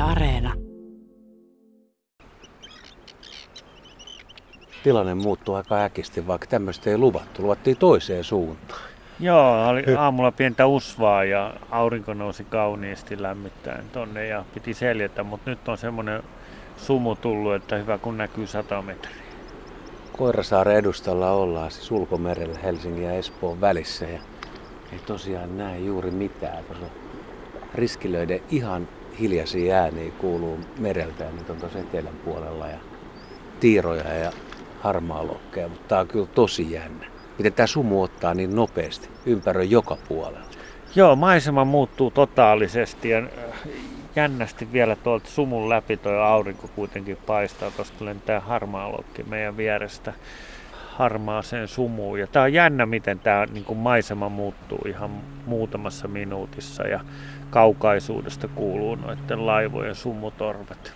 Areena. Tilanne muuttui aika äkisti, vaikka tämmöistä ei luvattu. Luvattiin toiseen suuntaan. Joo, oli aamulla pientä usvaa ja aurinko nousi kauniisti lämmittäen tonne ja piti seljätä, mutta nyt on semmoinen sumu tullut, että hyvä kun näkyy 100 metriä. Koirasaaren edustalla ollaan siis ulkomerellä Helsingin ja Espoon välissä ja ei tosiaan näe juuri mitään, koska riskilöiden ihan hiljaisia ääniä kuuluu mereltä ja nyt on tuossa etelän puolella ja tiiroja ja harmaalokkeja, mutta tää on kyllä tosi jännä. Miten tämä sumu ottaa niin nopeasti ympäröi joka puolella? Joo, maisema muuttuu totaalisesti ja jännästi vielä tuolta sumun läpi tuo aurinko kuitenkin paistaa. Tuosta lentää harmaalokki meidän vierestä harmaaseen sumuun. Ja tää on jännä, miten tämä niin maisema muuttuu ihan muutamassa minuutissa ja kaukaisuudesta kuuluu noiden laivojen sumutorvet.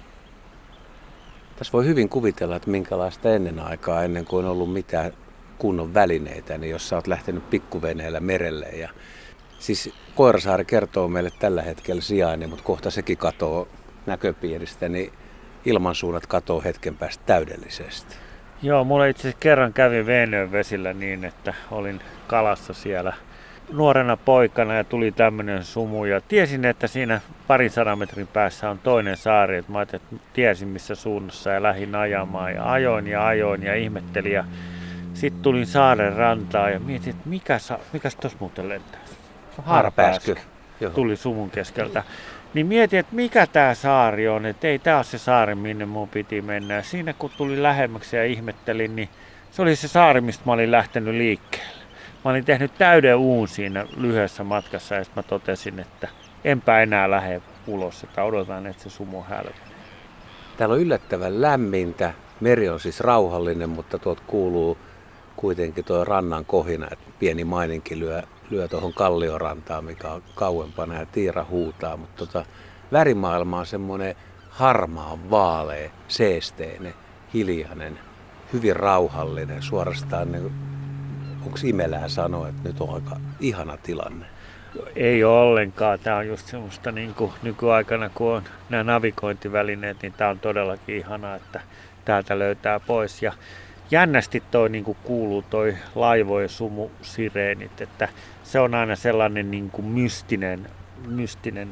Tässä voi hyvin kuvitella, että minkälaista ennen aikaa, ennen kuin on ollut mitään kunnon välineitä, niin jos sä oot lähtenyt pikkuveneellä merelle. Ja siis Koirasaari kertoo meille tällä hetkellä sijainnin, mutta kohta sekin katoo näköpiiristä, niin ilmansuunnat katoo hetken päästä täydellisesti. Joo, mulla itse asiassa kerran kävi Veenön vesillä niin, että olin kalassa siellä nuorena poikana ja tuli tämmöinen sumu ja tiesin, että siinä 200 metrin päässä on toinen saari, että mä ajattelin, että tiesin missä suunnassa ja lähdin ajamaan ja ajoin ja ihmettelin ja sitten tulin saaren rantaan ja mietin, että mikäs tossa muuten lentää. Harpääskö? Tuli sumun keskeltä. Niin mietin, että mikä tää saari on, että ei tää ole se saari, minne mun piti mennä. Ja siinä kun tuli lähemmäksi ja ihmettelin, niin se oli se saari, mistä mä olin lähtenyt liikkeelle. Mä olin tehnyt täyden uun siinä lyhyessä matkassa ja sitten mä totesin, että enpä enää lähde ulos, että odotan, että se sumu hälvenee. Täällä on yllättävän lämmintä. Meri on siis rauhallinen, mutta tuolta kuuluu kuitenkin tuo rannan kohina, että pieni maininki lyö tuohon kalliorantaan, mikä on kauempana ja tiira huutaa, mutta värimaailma on semmoinen harmaa, vaalea, seesteinen, hiljainen, hyvin rauhallinen, suorastaan niin, onko imelää sanoa, että nyt on aika ihana tilanne? Ei ole ollenkaan. Tämä on just semmoista niin kuin nykyaikana, kun on nämä navigointivälineet, niin tämä on todellakin ihanaa, että täältä löytää pois. Ja jännästi toi niin kuin kuuluu toi laivojen sumusireenit, että se on aina sellainen niin kuin mystinen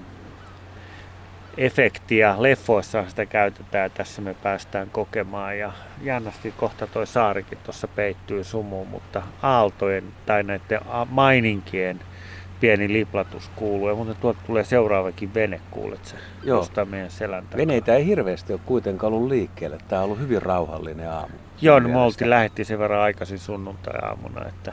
efekti ja leffoissa sitä käytetään ja tässä me päästään kokemaan ja jännästi kohta toi saarikin tuossa peittyy sumuun, mutta aaltojen tai näiden maininkien pieni liplatus kuuluu ja muuten tuolta tulee seuraavakin vene, kuulet sä, tuosta meidän selän takana. Veneitä ei hirveästi ole kuitenkaan ollut liikkeelle, tämä on ollut hyvin rauhallinen aamu. Joo, no me lähdettiin sen verran aikaisin sunnuntai-aamuna, että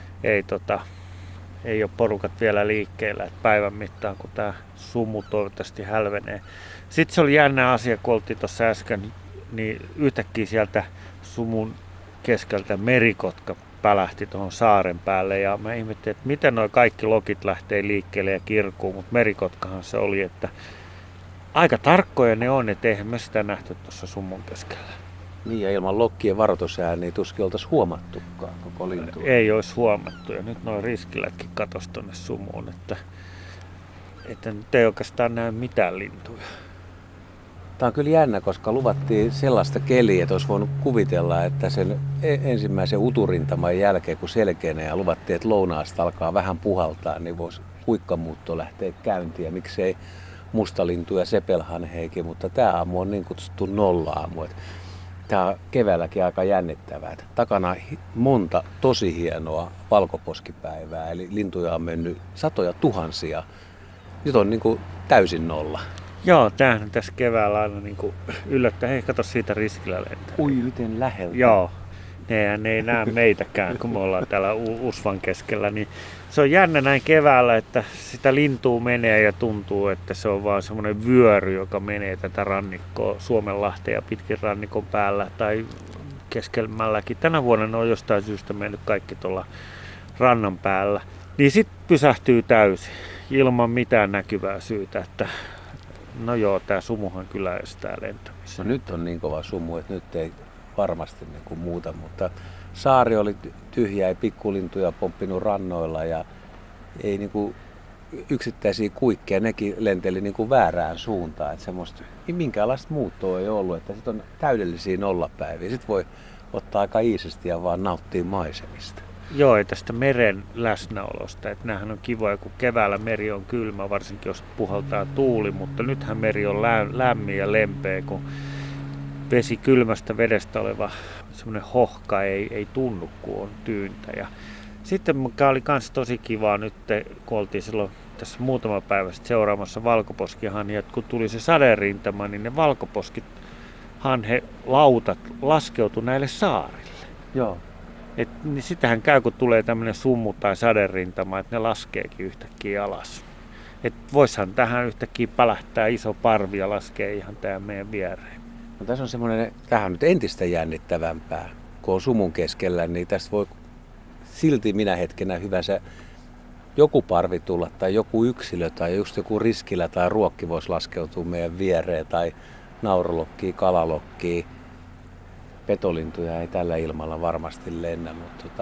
ei ole porukat vielä liikkeellä, että päivän mittaan, kun tämä sumu toivottavasti hälvenee. Sitten se oli jännä asia, kun oltiin tuossa äsken, niin yhtäkkiä sieltä sumun keskeltä merikotka pälähti tuohon saaren päälle ja mä ihmettelin, että miten nuo kaikki lokit lähtee liikkeelle ja kirkuun, mutta merikotkahan se oli, että aika tarkkoja ne on, että eihän me sitä nähty tuossa sumun keskellä. Niin ja ilman lokkien varoitusääniä tuskin oltaisiin huomattukaan koko lintu. Ei olisi huomattu ja nyt nuo riskilätkin katosi tuonne sumuun, että nyt ei oikeastaan näe mitään lintuja. Tämä on kyllä jännä, koska luvattiin sellaista keliä, että olisi voinut kuvitella, että sen ensimmäisen uturintaman jälkeen, kun selkeänee ja luvattiin, että lounaasta alkaa vähän puhaltaa, niin voisi huikkamuutto lähteä käyntiin ja miksei mustalintu ja sepelhanheikin, mutta tämä aamu on niin kutsuttu nolla-aamu. Tämä on keväälläkin aika jännittävää. Takana monta tosi hienoa valkoposkipäivää, eli lintuja on mennyt satoja tuhansia. Nyt on niin kuin täysin nolla. Joo, tämähän tässä keväällä aina niin kuin yllättää. Hei, kato siitä riskillä lentää. Ui, miten läheltä. Joo, ne ei näe meitäkään, kun me ollaan täällä usvan keskellä. Niin se on jännä näin keväällä, että sitä lintua menee ja tuntuu, että se on vaan semmoinen vyöry, joka menee tätä rannikkoa Suomenlahteen ja pitkin rannikon päällä tai keskemmälläkin. Tänä vuonna ne on jostain syystä mennyt kaikki tuolla rannan päällä. Niin sitten pysähtyy täysin ilman mitään näkyvää syytä, että no joo, tää sumuhan kyllä estää lentämisen. No nyt on niin kova sumu, että nyt ei varmasti niin kuin muuta, mutta saari oli tyhjä, ei pikkulintuja pomppinut rannoilla ja ei niin kuin yksittäisiä kuikkeja, nekin lenteli niin kuin väärään suuntaan. Että semmoista minkäänlaista muuttoa ei ollut, että sitten on täydellisiä nollapäiviä. Sitten voi ottaa aika iisisti ja vaan nauttia maisemista. Joo, ja tästä meren läsnäolosta. Että näähän on kivoja, kun keväällä meri on kylmä, varsinkin jos puhaltaa tuuli, mutta nythän meri on lämmin ja lempeä, kun vesi kylmästä vedestä oleva semmoinen hohka ei tunnu, kun on tyyntä. Ja sitten mikä oli myös tosi kivaa nyt, kun oltiin silloin tässä muutama päivä sitten seuraamassa valkoposkihanhia, että kun tuli se saderintama, niin ne valkoposkihanhelautat laskeutui näille saarille. Joo. Niin sitähän käy, kun tulee tämmöinen summu tai saderintama, että ne laskeekin yhtäkkiä alas. Voishan tähän yhtäkkiä pälähtää iso parvi ja laskee ihan tähän meidän viereen. No, tässä on semmoinen, tähän on nyt entistä jännittävämpää, kun on sumun keskellä, niin tästä voi silti minä hetkenä hyvänsä joku parvi tulla tai joku yksilö tai just joku riskilä tai ruokki voisi laskeutua meidän viereen tai naurulokkiin, kalalokkiin. Petolintuja ei tällä ilmalla varmasti lennä, mutta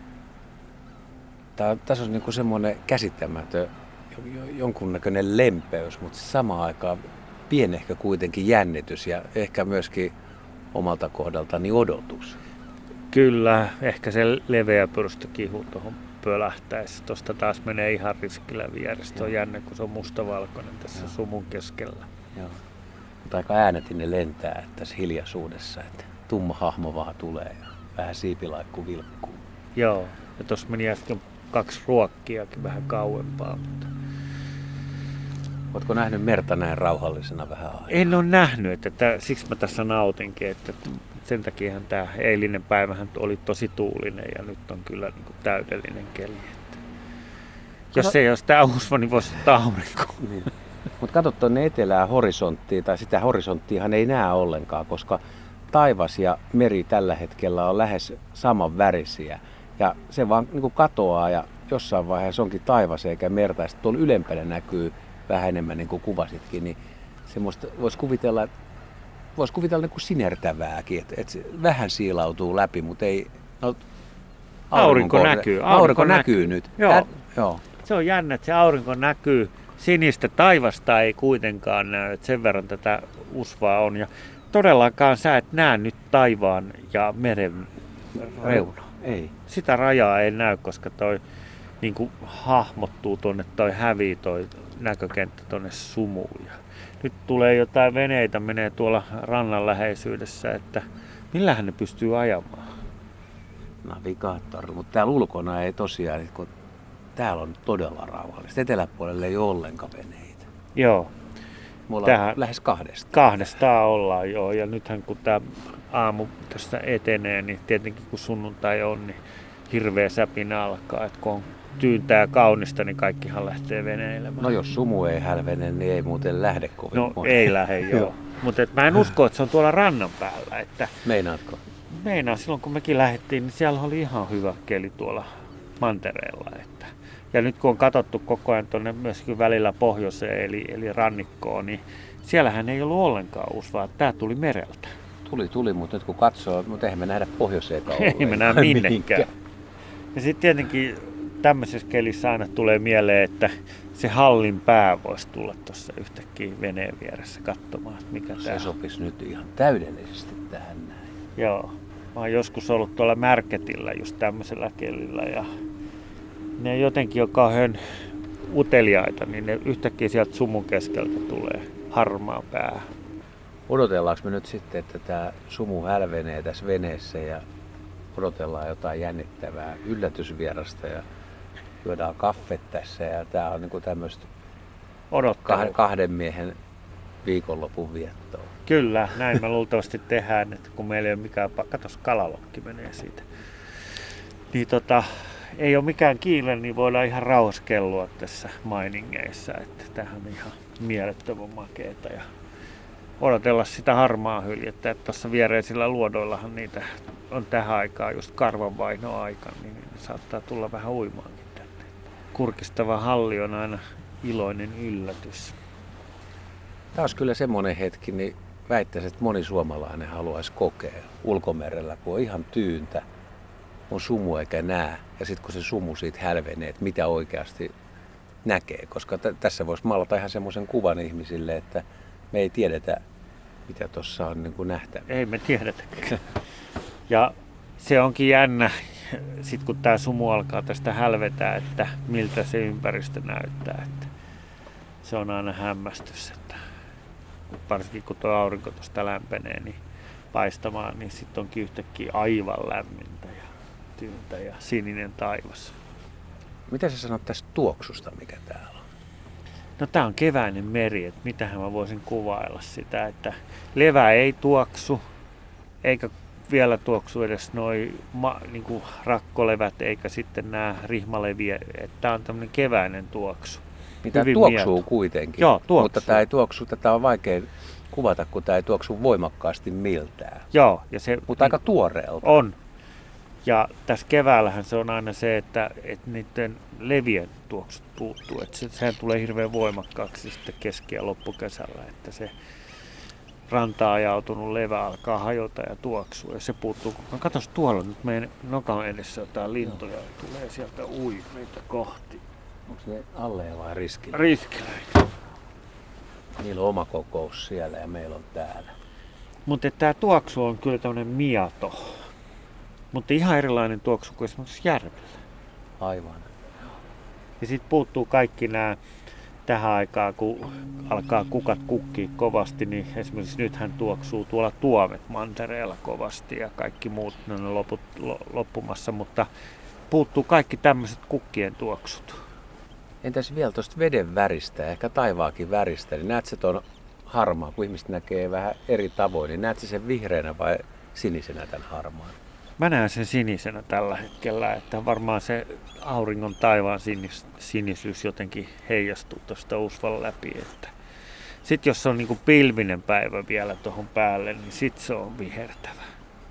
tässä on niinku semmoinen käsittämätön jonkunnäköinen lempeys, mutta samaan aikaan pienehkö kuitenkin jännitys ja ehkä myöskin omalta kohdaltani odotus. Kyllä, ehkä se leveä pyrstökihu tuohon pölähtäisi. Tuosta taas menee ihan riskillä vierestä. On jännä, kun se on mustavalkoinen tässä sumun keskellä. Joo. Mutta aika äänetinen lentää tässä hiljaisuudessa, että tumma hahmo vaan tulee ja vähän siipilaikku vilkkuu. Joo, ja tuossa meni äsken 2 ruokkiakin vähän kauempaa. Mutta ootko nähnyt merta näin rauhallisena vähän aikaa? en ole nähnyt, että siksi mä tässä nautinkin, että sen takiahan tämä eilinen päivähän oli tosi tuulinen ja nyt on kyllä niin kuin täydellinen keli. Että jos ei olisi tämä usva, niin voisi ottaa aurinko. Niin. Mutta katso tuonne etelään horisonttiin, tai sitä horisonttiahan ei näe ollenkaan, koska taivas ja meri tällä hetkellä on lähes saman värisiä. Ja se vaan niin kuin katoaa ja jossain vaiheessa onkin taivas eikä merta. Ja sitten tuolla ylempänä näkyy vähän enemmän, niin kuin kuvasitkin, niin semmoista voisi kuvitella niin kuin sinertävääkin, että se vähän siilautuu läpi, mutta ei. No, aurinko näkyy nyt. Joo. Joo. Se on jännä, että se aurinko näkyy. Sinistä taivasta ei kuitenkaan näy, että sen verran tätä usvaa on. Ja todellakaan sä et näe nyt taivaan ja meren reunaa. Ei. Sitä rajaa ei näy, koska toi niin kuin hahmottuu tuonne, toi hävii toi näkökenttä tuonne sumuun. Ja nyt tulee jotain veneitä, menee tuolla rannan läheisyydessä, että millähän ne pystyy ajamaan? Navigaattori, mutta täällä ulkona ei tosiaan, kun täällä on todella rauhallista. Eteläpuolelle ei ole ollenkaan veneitä. Joo. Me ollaan lähes 2. 2 ollaan joo, ja nythän kun tämä aamu tästä etenee, niin tietenkin kun sunnuntai on, niin hirveä säpinä alkaa, että kun on tyyntä ja kaunista, niin kaikkihan lähtee veneilemään. No jos sumu ei hälvene, niin ei muuten lähde kovin No moni. ei lähde joo, mutta mä en usko, että se on tuolla rannan päällä. Että meinaatko? meinaan, silloin kun mekin lähdettiin, niin siellä oli ihan hyvä keli tuolla mantereella. Ja nyt kun on katsottu koko ajan tuonne myöskin välillä pohjoiseen eli rannikkoon, niin siellähän ei ollut ollenkaan usvaa. Tää tuli mereltä. Tuli, mutta nyt kun katsoo, mutta eihän me nähdä pohjoiseekaan Ei me näe minnekään. Ja sitten tietenkin tämmöisessä kelissä aina tulee mieleen, että se hallin pää voisi tulla tuossa yhtäkkiä veneen vieressä katsomaan, että mikä se tää on. sopisi nyt ihan täydellisesti tähän näin. Joo. Mä oon joskus ollut tuolla Märketillä just tämmöisellä kelillä ja ne jotenkin, joka on uteliaita, niin ne yhtäkkiä sieltä sumun keskeltä tulee harmaa pää. Odotellaanko me nyt sitten, että tämä sumu hälvenee tässä veneessä ja odotellaan jotain jännittävää yllätysvierasta ja juodaan kaffet tässä ja tämä on niinku tämmöistä Odottelu. 2 miehen viikonlopun viettoa. Kyllä, näin me luultavasti tehdään, että kun meillä ei ole mikään katos kalalokki menee siitä. Niin ei ole mikään kiire, niin voidaan ihan rauhassa kellua tässä mainingeissa, että tämähän on ihan mielettömän makeeta ja odotella sitä harmaa hyljettä, että tuossa viereisillä luodoillahan niitä on tähän aikaan just karvanvaihnoaika, niin saattaa tulla vähän uimaankin tänne. Kurkistava halli on aina iloinen yllätys. Tämä olisi kyllä semmoinen hetki, niin väittäisin, että moni suomalainen haluaisi kokea ulkomerellä, kun on ihan tyyntä, on sumu eikä näe. Ja sitten kun se sumu siitä hälvenee, että mitä oikeasti näkee? Koska tässä voisi maalata ihan semmoisen kuvan ihmisille, että me ei tiedetä, mitä tuossa on niin kuin nähtävä. Ei me tiedetäkään. Ja se onkin jännä, sit kun tämä sumu alkaa tästä hälvetä, että miltä se ympäristö näyttää. Että se on aina hämmästys, että varsinkin kun tuo aurinko tuosta lämpenee niin paistamaan, niin sitten onkin yhtäkkiä aivan lämmintä ja tyyntä ja sininen taivas. Mitä sä sanot tästä tuoksusta, mikä täällä on? No tää on keväinen meri, että mitähän mä voisin kuvailla sitä, että levä ei tuoksu, eikä vielä tuoksu edes noi niinku rakkolevät, eikä sitten nämä rihmaleviä, että tää on tämmönen keväinen tuoksu. Mitä tuoksuu kuitenkin, Joo, tuoksuu. Mutta tämä ei tuoksu, tätä on vaikea kuvata, kun tämä ei tuoksu voimakkaasti miltään. Joo, ja se, Mutta aika tuoreelta. On. Ja tässä keväällähän se on aina se, että niiden levien tuoksut puuttuu. Että sehän tulee hirveän voimakkaaksi sitten keski- ja loppukesällä, että se rantaan ajautunut levä alkaa hajota ja tuoksua. Ja se puuttuu. Katos tuolla nyt meidän nokan edessä jotain lintuja. Tulee sieltä meitä kohti. Onko ne alle vai riskillä? Riskilöitä. Niillä on oma kokous siellä ja meillä on täällä. Mutta tämä tuoksu on kyllä tämmöinen miato. Mutta ihan erilainen tuoksu kuin esimerkiksi järvellä. Aivan. Ja sitten puuttuu kaikki nämä tähän aikaan, kun alkaa kukat kukkii kovasti, niin esimerkiksi nythän tuoksuu tuolla tuomet mantereella kovasti ja kaikki muut ne on loppumassa, mutta puuttuu kaikki tämmöiset kukkien tuoksut. Entäs vielä tuosta veden väristä, ehkä taivaakin väristä, niin näetkö tuon harmaa, kun ihmiset näkee vähän eri tavoin, niin näetkö sen vihreänä vai sinisenä tämän harmaan? Mä näen sen sinisenä tällä hetkellä, että varmaan se auringon taivaan sinisyys jotenkin heijastuu tuosta usvan läpi. Sitten jos on niinku pilvinen päivä vielä tuohon päälle, niin sitten se on vihertävä.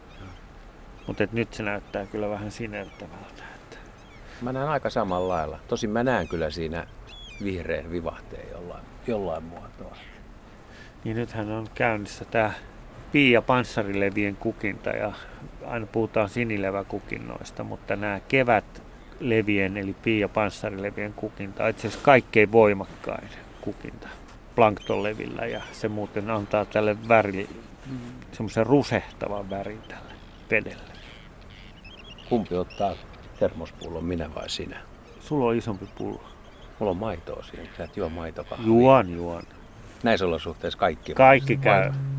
Mutta nyt se näyttää kyllä vähän sinertävältä. Mä näen aika samalla lailla. Tosin mä näen kyllä siinä vihreän vivahteen jollain muotoa. Niin nythän on käynnissä tämä pii- ja panssarilevien kukinta ja aina puhutaan sinileväkukinnoista, mutta nämä kevätlevien eli pii- ja panssarilevien kukinta on itse asiassa kaikkein voimakkain kukinta planktonlevillä ja se muuten antaa tälle semmoisen rusehtavan värin tälle vedelle. Kumpi ottaa termospullon, minä vai sinä? Sulla on isompi pullo. Mulla on maitoa siinä, sä et juo maitokahvia. Juon. Näissä olosuhteissa kaikki. Kaikki käy.